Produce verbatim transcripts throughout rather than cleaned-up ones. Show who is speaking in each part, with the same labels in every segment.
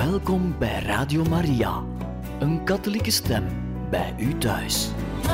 Speaker 1: Welkom bij Radio Maria, een katholieke stem bij u thuis.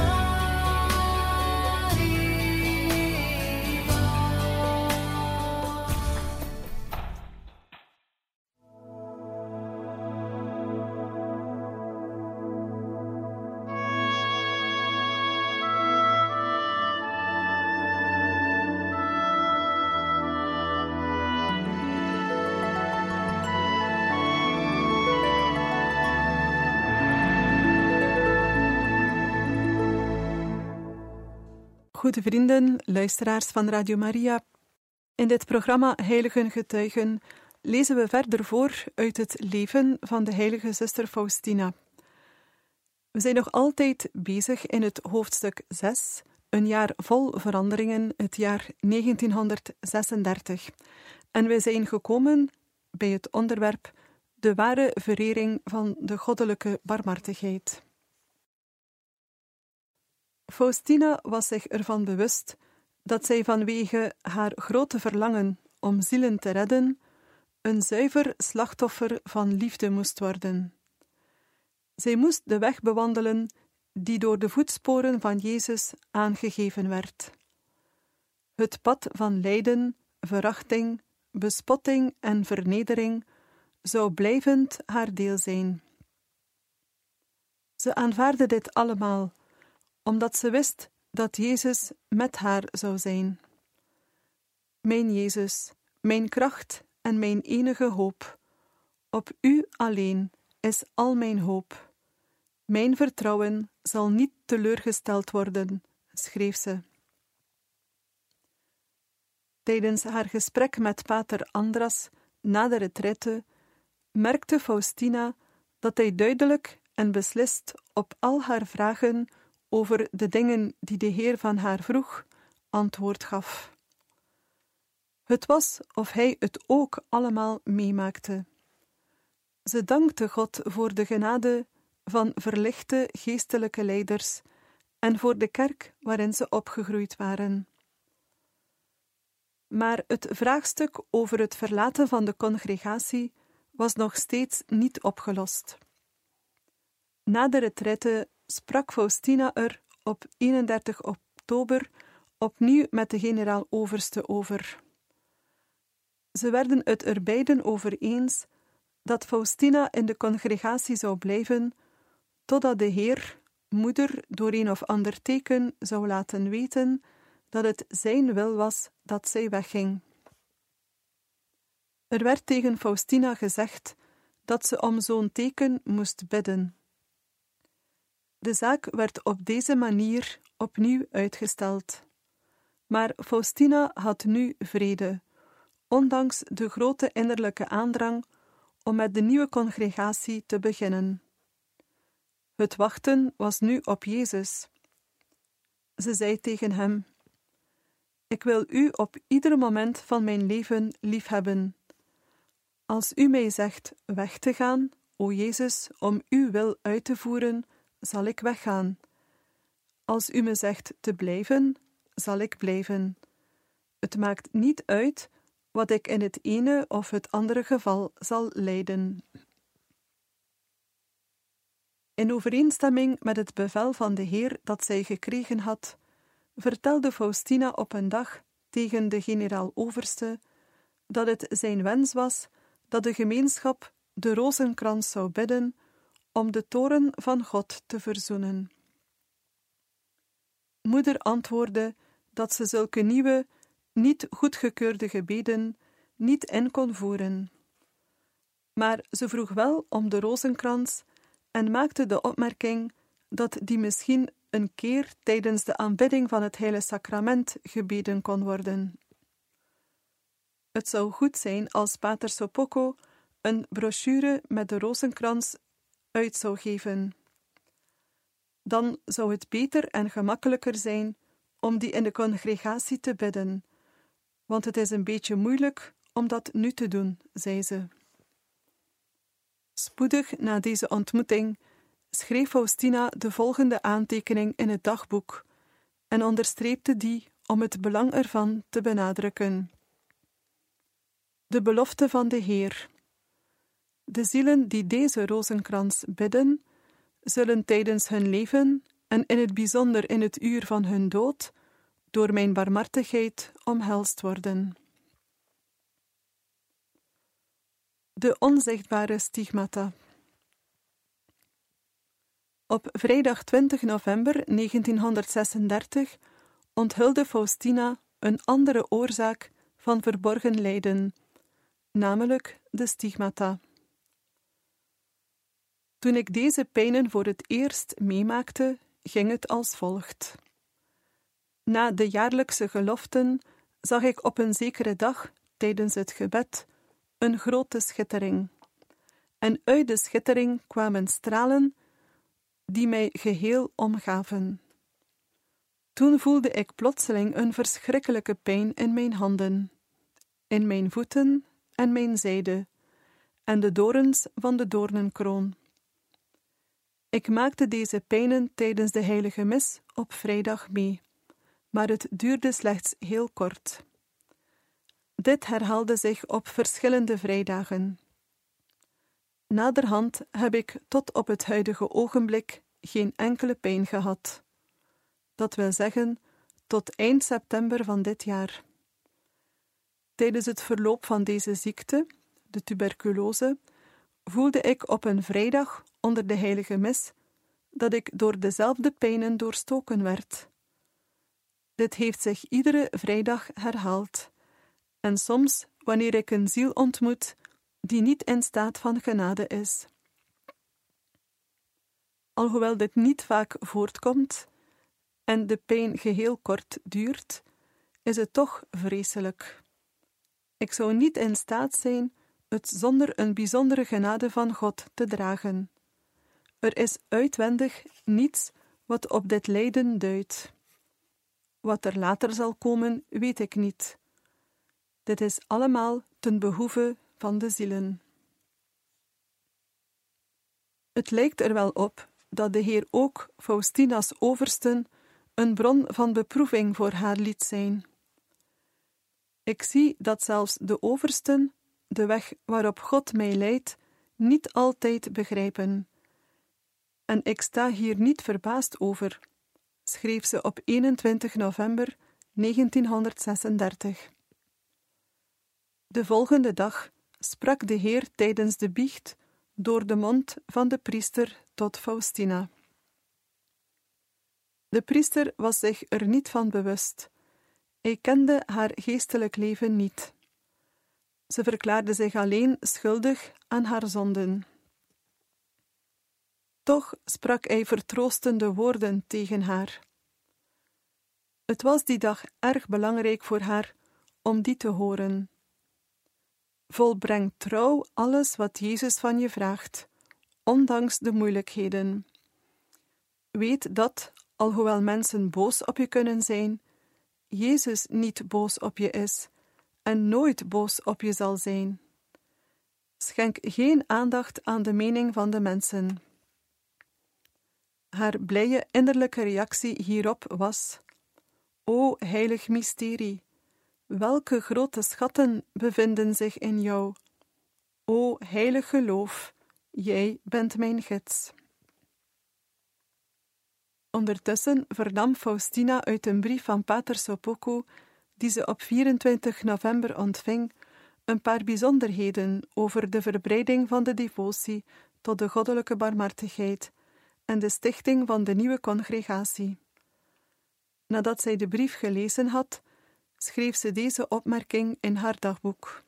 Speaker 2: Goede vrienden, luisteraars van Radio Maria. In dit programma Heiligen Getuigen lezen we verder voor uit het leven van de heilige zuster Faustina. We zijn nog altijd bezig in het hoofdstuk zes, een jaar vol veranderingen, het jaar negentienhonderdzesendertig. En we zijn gekomen bij het onderwerp de ware verering van de goddelijke barmhartigheid. Faustina was zich ervan bewust dat zij vanwege haar grote verlangen om zielen te redden, een zuiver slachtoffer van liefde moest worden. Zij moest de weg bewandelen die door de voetsporen van Jezus aangegeven werd. Het pad van lijden, verachting, bespotting en vernedering zou blijvend haar deel zijn. Ze aanvaardde dit allemaal, omdat ze wist dat Jezus met haar zou zijn. Mijn Jezus, mijn kracht en mijn enige hoop, op U alleen is al mijn hoop. Mijn vertrouwen zal niet teleurgesteld worden, schreef ze. Tijdens haar gesprek met pater Andras na de retraite merkte Faustina dat hij duidelijk en beslist op al haar vragen over de dingen die de Heer van haar vroeg, antwoord gaf. Het was of hij het ook allemaal meemaakte. Ze dankte God voor de genade van verlichte geestelijke leiders en voor de kerk waarin ze opgegroeid waren. Maar het vraagstuk over het verlaten van de congregatie was nog steeds niet opgelost. Na de retraite sprak Faustina er op eenendertig oktober opnieuw met de generaal-overste over. Ze werden het er beiden over eens dat Faustina in de congregatie zou blijven, totdat de Heer, moeder, door een of ander teken zou laten weten dat het zijn wil was dat zij wegging. Er werd tegen Faustina gezegd dat ze om zo'n teken moest bidden. De zaak werd op deze manier opnieuw uitgesteld. Maar Faustina had nu vrede, ondanks de grote innerlijke aandrang om met de nieuwe congregatie te beginnen. Het wachten was nu op Jezus. Ze zei tegen hem: Ik wil u op ieder moment van mijn leven liefhebben. Als u mij zegt weg te gaan, o Jezus, om uw wil uit te voeren, zal ik weggaan. Als u me zegt te blijven, zal ik blijven. Het maakt niet uit wat ik in het ene of het andere geval zal lijden. In overeenstemming met het bevel van de Heer dat zij gekregen had, vertelde Faustina op een dag tegen de generaal-overste dat het zijn wens was dat de gemeenschap de rozenkrans zou bidden om de toorn van God te verzoenen. Moeder antwoordde dat ze zulke nieuwe, niet goedgekeurde gebeden niet in kon voeren. Maar ze vroeg wel om de rozenkrans en maakte de opmerking dat die misschien een keer tijdens de aanbidding van het Heilige Sacrament gebeden kon worden. Het zou goed zijn als pater Sopoco een brochure met de rozenkrans uit zou geven. Dan zou het beter en gemakkelijker zijn om die in de congregatie te bidden, want het is een beetje moeilijk om dat nu te doen, zei ze. Spoedig na deze ontmoeting schreef Faustina de volgende aantekening in het dagboek en onderstreepte die om het belang ervan te benadrukken. De belofte van de Heer. De zielen die deze rozenkrans bidden, zullen tijdens hun leven, en in het bijzonder in het uur van hun dood, door mijn barmhartigheid omhelst worden. De onzichtbare stigmata. Op vrijdag twintig november negentienhonderdzesendertig onthulde Faustina een andere oorzaak van verborgen lijden, namelijk de stigmata. Toen ik deze pijnen voor het eerst meemaakte, ging het als volgt. Na de jaarlijkse geloften zag ik op een zekere dag, tijdens het gebed, een grote schittering. En uit de schittering kwamen stralen die mij geheel omgaven. Toen voelde ik plotseling een verschrikkelijke pijn in mijn handen, in mijn voeten en mijn zijde, en de dorens van de doornenkroon. Ik maakte deze pijnen tijdens de heilige mis op vrijdag mee, maar het duurde slechts heel kort. Dit herhaalde zich op verschillende vrijdagen. Naderhand heb ik tot op het huidige ogenblik geen enkele pijn gehad. Dat wil zeggen, tot eind september van dit jaar. Tijdens het verloop van deze ziekte, de tuberculose, voelde ik op een vrijdag onder de heilige mis dat ik door dezelfde pijnen doorstoken werd. Dit heeft zich iedere vrijdag herhaald, en soms wanneer ik een ziel ontmoet die niet in staat van genade is. Alhoewel dit niet vaak voortkomt en de pijn geheel kort duurt, is het toch vreselijk. Ik zou niet in staat zijn het zonder een bijzondere genade van God te dragen. Er is uitwendig niets wat op dit lijden duidt. Wat er later zal komen, weet ik niet. Dit is allemaal ten behoeve van de zielen. Het lijkt er wel op dat de Heer ook Faustina's oversten een bron van beproeving voor haar liet zijn. Ik zie dat zelfs de oversten de weg waarop God mij leidt niet altijd begrijpen. En ik sta hier niet verbaasd over, schreef ze op eenentwintig november negentienhonderdzesendertig. De volgende dag sprak de Heer tijdens de biecht door de mond van de priester tot Faustina. De priester was zich er niet van bewust. Hij kende haar geestelijk leven niet. Ze verklaarde zich alleen schuldig aan haar zonden. Toch sprak hij vertroostende woorden tegen haar. Het was die dag erg belangrijk voor haar om die te horen. Volbreng trouw alles wat Jezus van je vraagt, ondanks de moeilijkheden. Weet dat, alhoewel mensen boos op je kunnen zijn, Jezus niet boos op je is en nooit boos op je zal zijn. Schenk geen aandacht aan de mening van de mensen. Haar blije innerlijke reactie hierop was: O heilig mysterie, welke grote schatten bevinden zich in jou. O heilig geloof, jij bent mijn gids. Ondertussen vernam Faustina uit een brief van pater Sopoku, die ze op vierentwintig november ontving, een paar bijzonderheden over de verbreiding van de devotie tot de goddelijke barmhartigheid en de stichting van de nieuwe congregatie. Nadat zij de brief gelezen had, schreef ze deze opmerking in haar dagboek.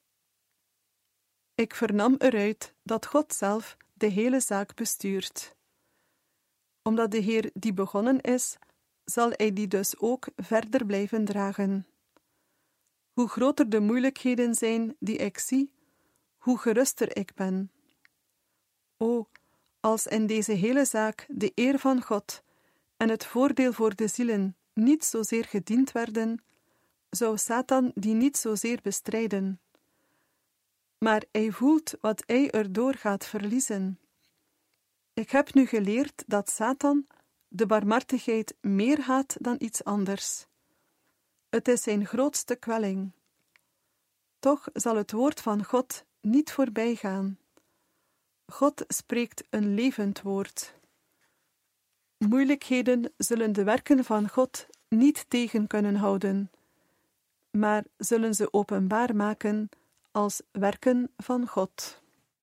Speaker 2: Ik vernam eruit dat God zelf de hele zaak bestuurt. Omdat de Heer die begonnen is, zal hij die dus ook verder blijven dragen. Hoe groter de moeilijkheden zijn die ik zie, hoe geruster ik ben. O, als in deze hele zaak de eer van God en het voordeel voor de zielen niet zozeer gediend werden, zou Satan die niet zozeer bestrijden. Maar hij voelt wat hij erdoor gaat verliezen. Ik heb nu geleerd dat Satan de barmhartigheid meer haat dan iets anders. Het is zijn grootste kwelling. Toch zal het woord van God niet voorbij gaan. God spreekt een levend woord. Moeilijkheden zullen de werken van God niet tegen kunnen houden, maar zullen ze openbaar maken als werken van God.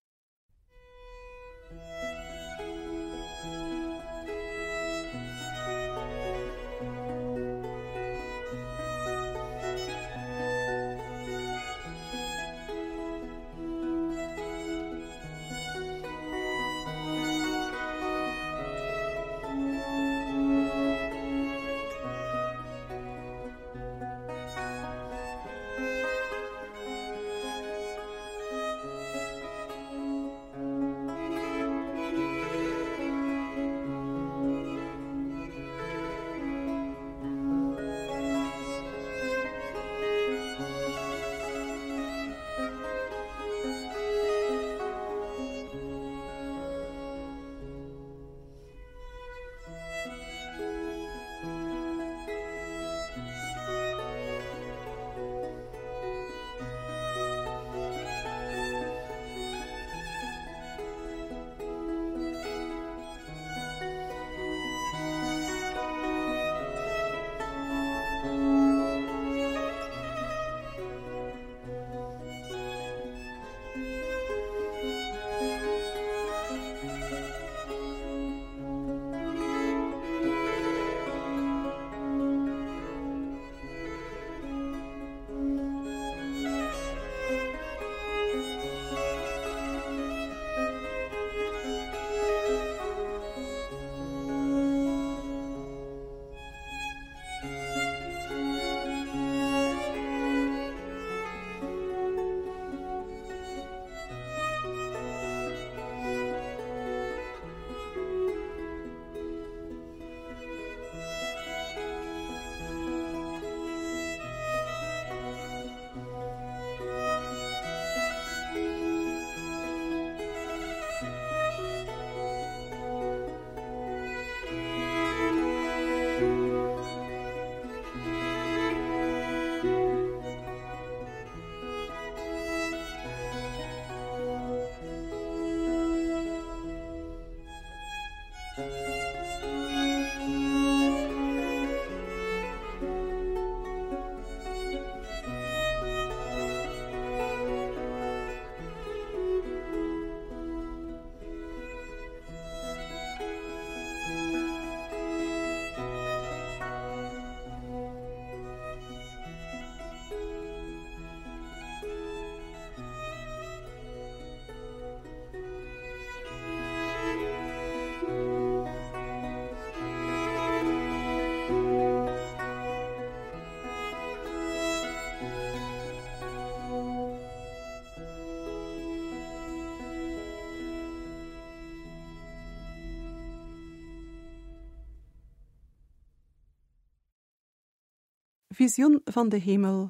Speaker 2: Visioen van de hemel.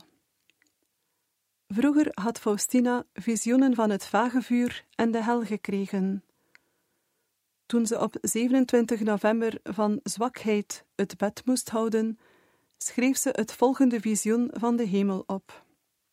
Speaker 2: Vroeger had Faustina visioenen van het vagevuur en de hel gekregen. Toen ze op zevenentwintig november van zwakheid het bed moest houden, schreef ze het volgende visioen van de hemel op.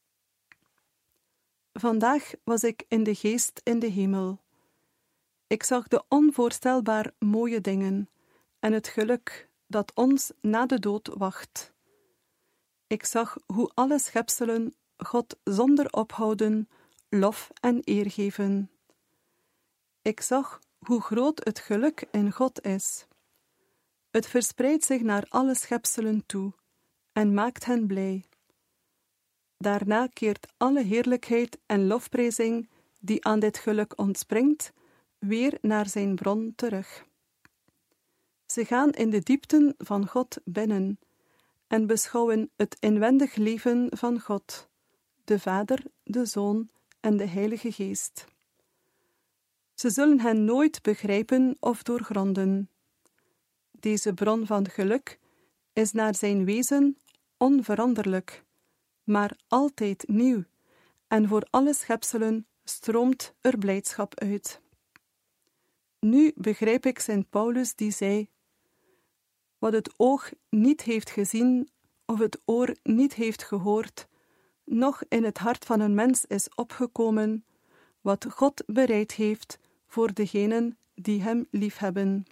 Speaker 2: Vandaag was ik in de geest in de hemel. Ik zag de onvoorstelbaar mooie dingen en het geluk dat ons na de dood wacht. Ik zag hoe alle schepselen God zonder ophouden lof en eer geven. Ik zag hoe groot het geluk in God is. Het verspreidt zich naar alle schepselen toe en maakt hen blij. Daarna keert alle heerlijkheid en lofprijzing die aan dit geluk ontspringt, weer naar zijn bron terug. Ze gaan in de diepten van God binnen en beschouwen het inwendig leven van God, de Vader, de Zoon en de Heilige Geest. Ze zullen hen nooit begrijpen of doorgronden. Deze bron van geluk is naar zijn wezen onveranderlijk, maar altijd nieuw, en voor alle schepselen stroomt er blijdschap uit. Nu begrijp ik Sint Paulus die zei: wat het oog niet heeft gezien of het oor niet heeft gehoord, noch in het hart van een mens is opgekomen, wat God bereid heeft voor degenen die hem liefhebben.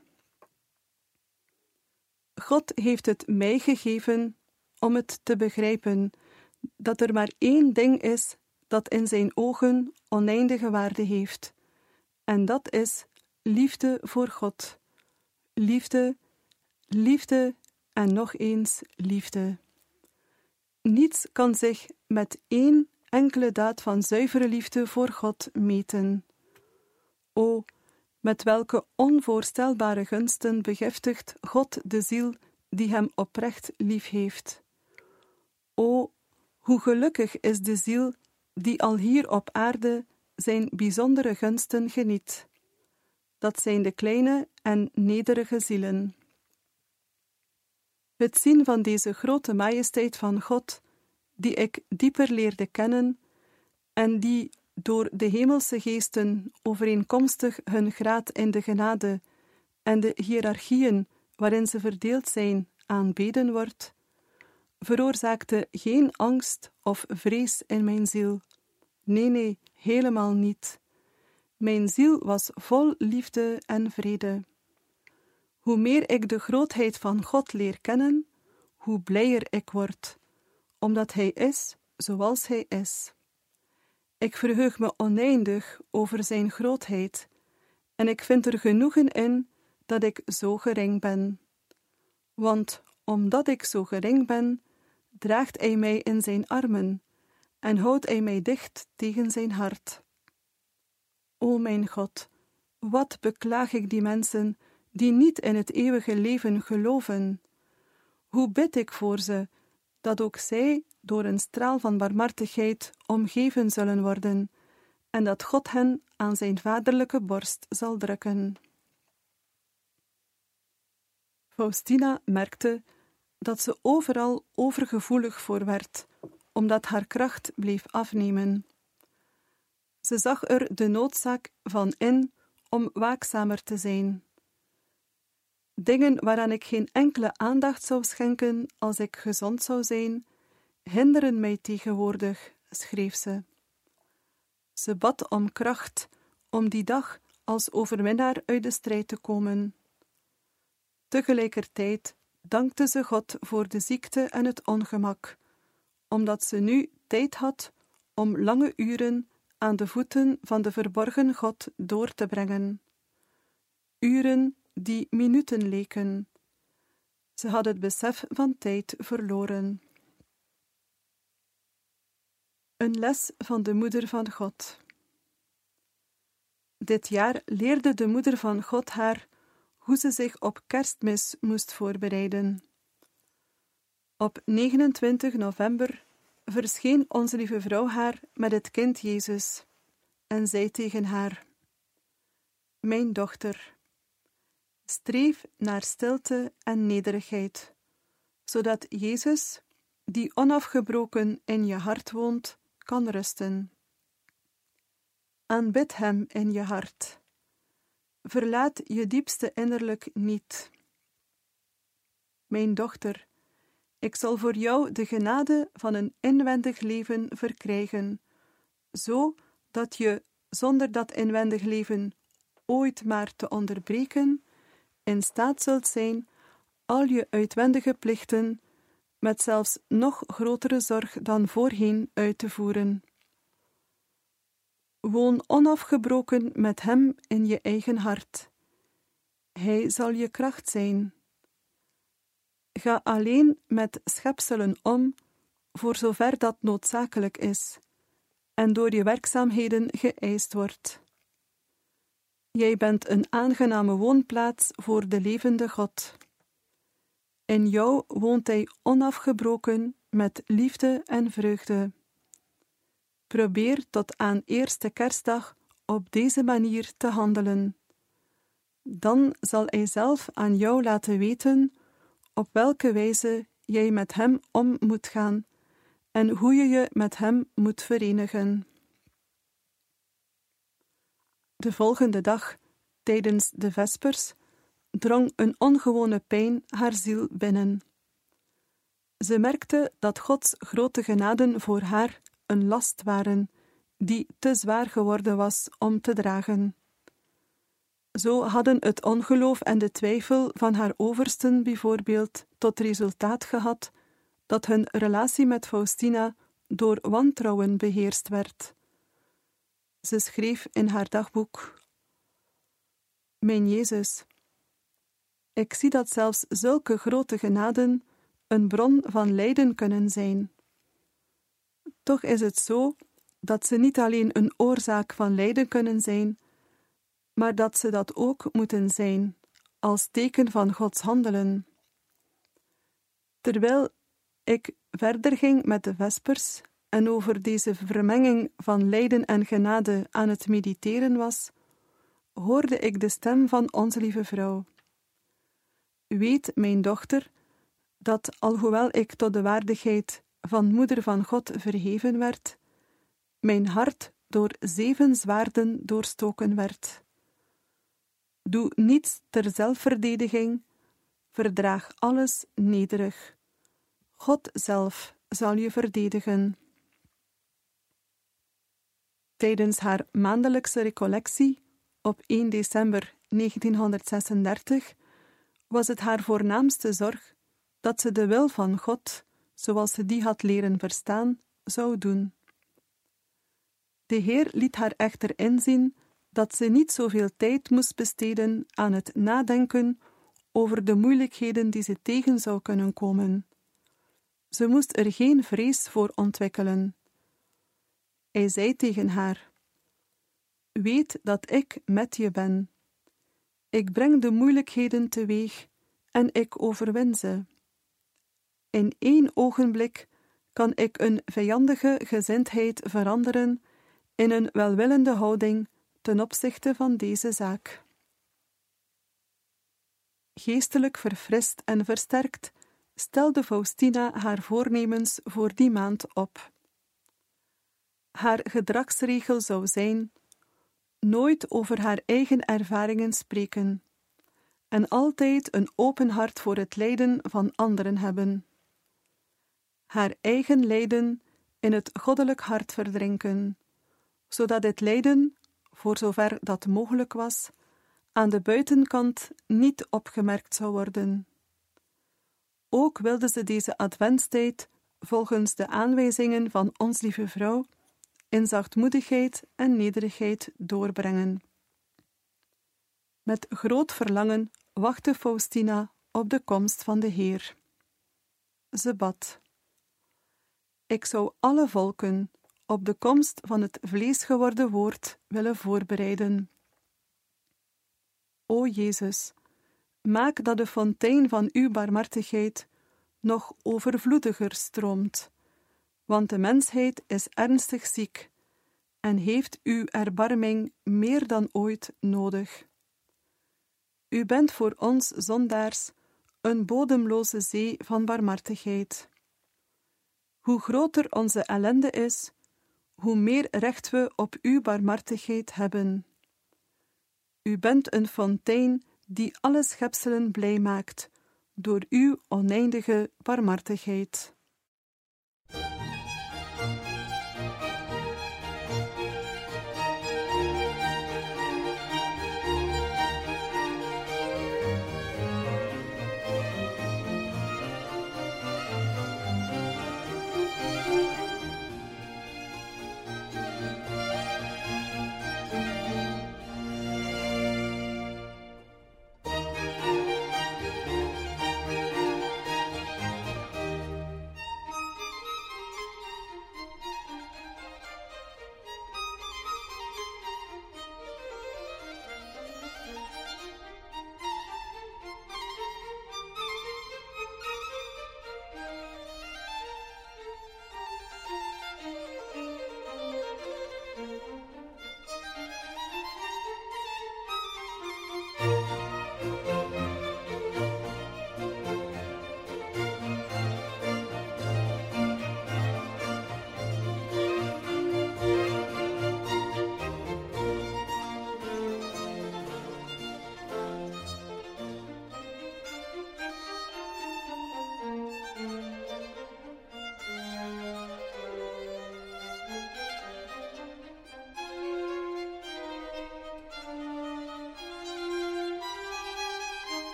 Speaker 2: God heeft het mij gegeven om het te begrijpen dat er maar één ding is dat in zijn ogen oneindige waarde heeft, en dat is liefde voor God. Liefde, liefde en nog eens liefde. Niets kan zich met één enkele daad van zuivere liefde voor God meten. O, met welke onvoorstelbare gunsten begiftigt God de ziel die hem oprecht lief heeft. O, hoe gelukkig is de ziel die al hier op aarde zijn bijzondere gunsten geniet. Dat zijn de kleine en nederige zielen. Het zien van deze grote majesteit van God, die ik dieper leerde kennen en die door de hemelse geesten overeenkomstig hun graad in de genade en de hiërarchieën waarin ze verdeeld zijn, aanbeden wordt, veroorzaakte geen angst of vrees in mijn ziel. Nee, nee, helemaal niet. Mijn ziel was vol liefde en vrede. Hoe meer ik de grootheid van God leer kennen, hoe blijer ik word, omdat Hij is zoals Hij is. Ik verheug me oneindig over zijn grootheid en ik vind er genoegen in dat ik zo gering ben. Want omdat ik zo gering ben, draagt Hij mij in zijn armen en houdt Hij mij dicht tegen zijn hart. O mijn God, wat beklaag ik die mensen die niet in het eeuwige leven geloven. Hoe bid ik voor ze, dat ook zij door een straal van barmhartigheid omgeven zullen worden, en dat God hen aan zijn vaderlijke borst zal drukken. Faustina merkte dat ze overal overgevoelig voor werd, omdat haar kracht bleef afnemen. Ze zag er de noodzaak van in om waakzamer te zijn. Dingen waaraan ik geen enkele aandacht zou schenken als ik gezond zou zijn, hinderen mij tegenwoordig, schreef ze. Ze bad om kracht om die dag als overwinnaar uit de strijd te komen. Tegelijkertijd dankte ze God voor de ziekte en het ongemak, omdat ze nu tijd had om lange uren aan de voeten van de verborgen God door te brengen. Uren die minuten leken. Ze had het besef van tijd verloren. Een les van de Moeder van God. Dit jaar leerde de Moeder van God haar hoe ze zich op Kerstmis moest voorbereiden. Op negenentwintig november verscheen Onze Lieve Vrouw haar met het kind Jezus en zei tegen haar: Mijn dochter, streef naar stilte en nederigheid, zodat Jezus, die onafgebroken in je hart woont, kan rusten. Aanbid hem in je hart. Verlaat je diepste innerlijk niet. Mijn dochter, ik zal voor jou de genade van een inwendig leven verkrijgen, zo dat je, zonder dat inwendig leven ooit maar te onderbreken, in staat zult zijn al je uitwendige plichten met zelfs nog grotere zorg dan voorheen uit te voeren. Woon onafgebroken met hem in je eigen hart. Hij zal je kracht zijn. Ga alleen met schepselen om, voor zover dat noodzakelijk is, en door je werkzaamheden geëist wordt. Jij bent een aangename woonplaats voor de levende God. In jou woont hij onafgebroken met liefde en vreugde. Probeer tot aan eerste kerstdag op deze manier te handelen. Dan zal hij zelf aan jou laten weten op welke wijze jij met hem om moet gaan en hoe je je met hem moet verenigen. De volgende dag, tijdens de vespers, drong een ongewone pijn haar ziel binnen. Ze merkte dat Gods grote genaden voor haar een last waren, die te zwaar geworden was om te dragen. Zo hadden het ongeloof en de twijfel van haar oversten bijvoorbeeld tot resultaat gehad dat hun relatie met Faustina door wantrouwen beheerst werd. Ze schreef in haar dagboek: Mijn Jezus, ik zie dat zelfs zulke grote genaden een bron van lijden kunnen zijn. Toch is het zo dat ze niet alleen een oorzaak van lijden kunnen zijn, maar dat ze dat ook moeten zijn, als teken van Gods handelen. Terwijl ik verder ging met de vespers en over deze vermenging van lijden en genade aan het mediteren was, hoorde ik de stem van Onze Lieve Vrouw. Weet, mijn dochter, dat alhoewel ik tot de waardigheid van Moeder van God verheven werd, mijn hart door zeven zwaarden doorstoken werd. Doe niets ter zelfverdediging, verdraag alles nederig. God zelf zal je verdedigen. Tijdens haar maandelijkse recollectie op één december negentienhonderdzesendertig was het haar voornaamste zorg dat ze de wil van God, zoals ze die had leren verstaan, zou doen. De Heer liet haar echter inzien dat ze niet zoveel tijd moest besteden aan het nadenken over de moeilijkheden die ze tegen zou kunnen komen. Ze moest er geen vrees voor ontwikkelen. Hij zei tegen haar: Weet dat ik met je ben. Ik breng de moeilijkheden teweeg en ik overwin ze. In één ogenblik kan ik een vijandige gezindheid veranderen in een welwillende houding ten opzichte van deze zaak. Geestelijk verfrist en versterkt stelde Faustina haar voornemens voor die maand op. Haar gedragsregel zou zijn: nooit over haar eigen ervaringen spreken en altijd een open hart voor het lijden van anderen hebben. Haar eigen lijden in het goddelijk hart verdrinken, zodat het lijden, voor zover dat mogelijk was, aan de buitenkant niet opgemerkt zou worden. Ook wilde ze deze adventstijd, volgens de aanwijzingen van Ons Lieve Vrouw, in zachtmoedigheid en nederigheid doorbrengen. Met groot verlangen wachtte Faustina op de komst van de Heer. Ze bad: Ik zou alle volken op de komst van het vleesgeworden woord willen voorbereiden. O Jezus, maak dat de fontein van uw barmhartigheid nog overvloediger stroomt, want de mensheid is ernstig ziek en heeft uw erbarming meer dan ooit nodig. U bent voor ons zondaars een bodemloze zee van barmhartigheid. Hoe groter onze ellende is, hoe meer recht we op uw barmhartigheid hebben. U bent een fontein die alle schepselen blij maakt, door uw oneindige barmhartigheid.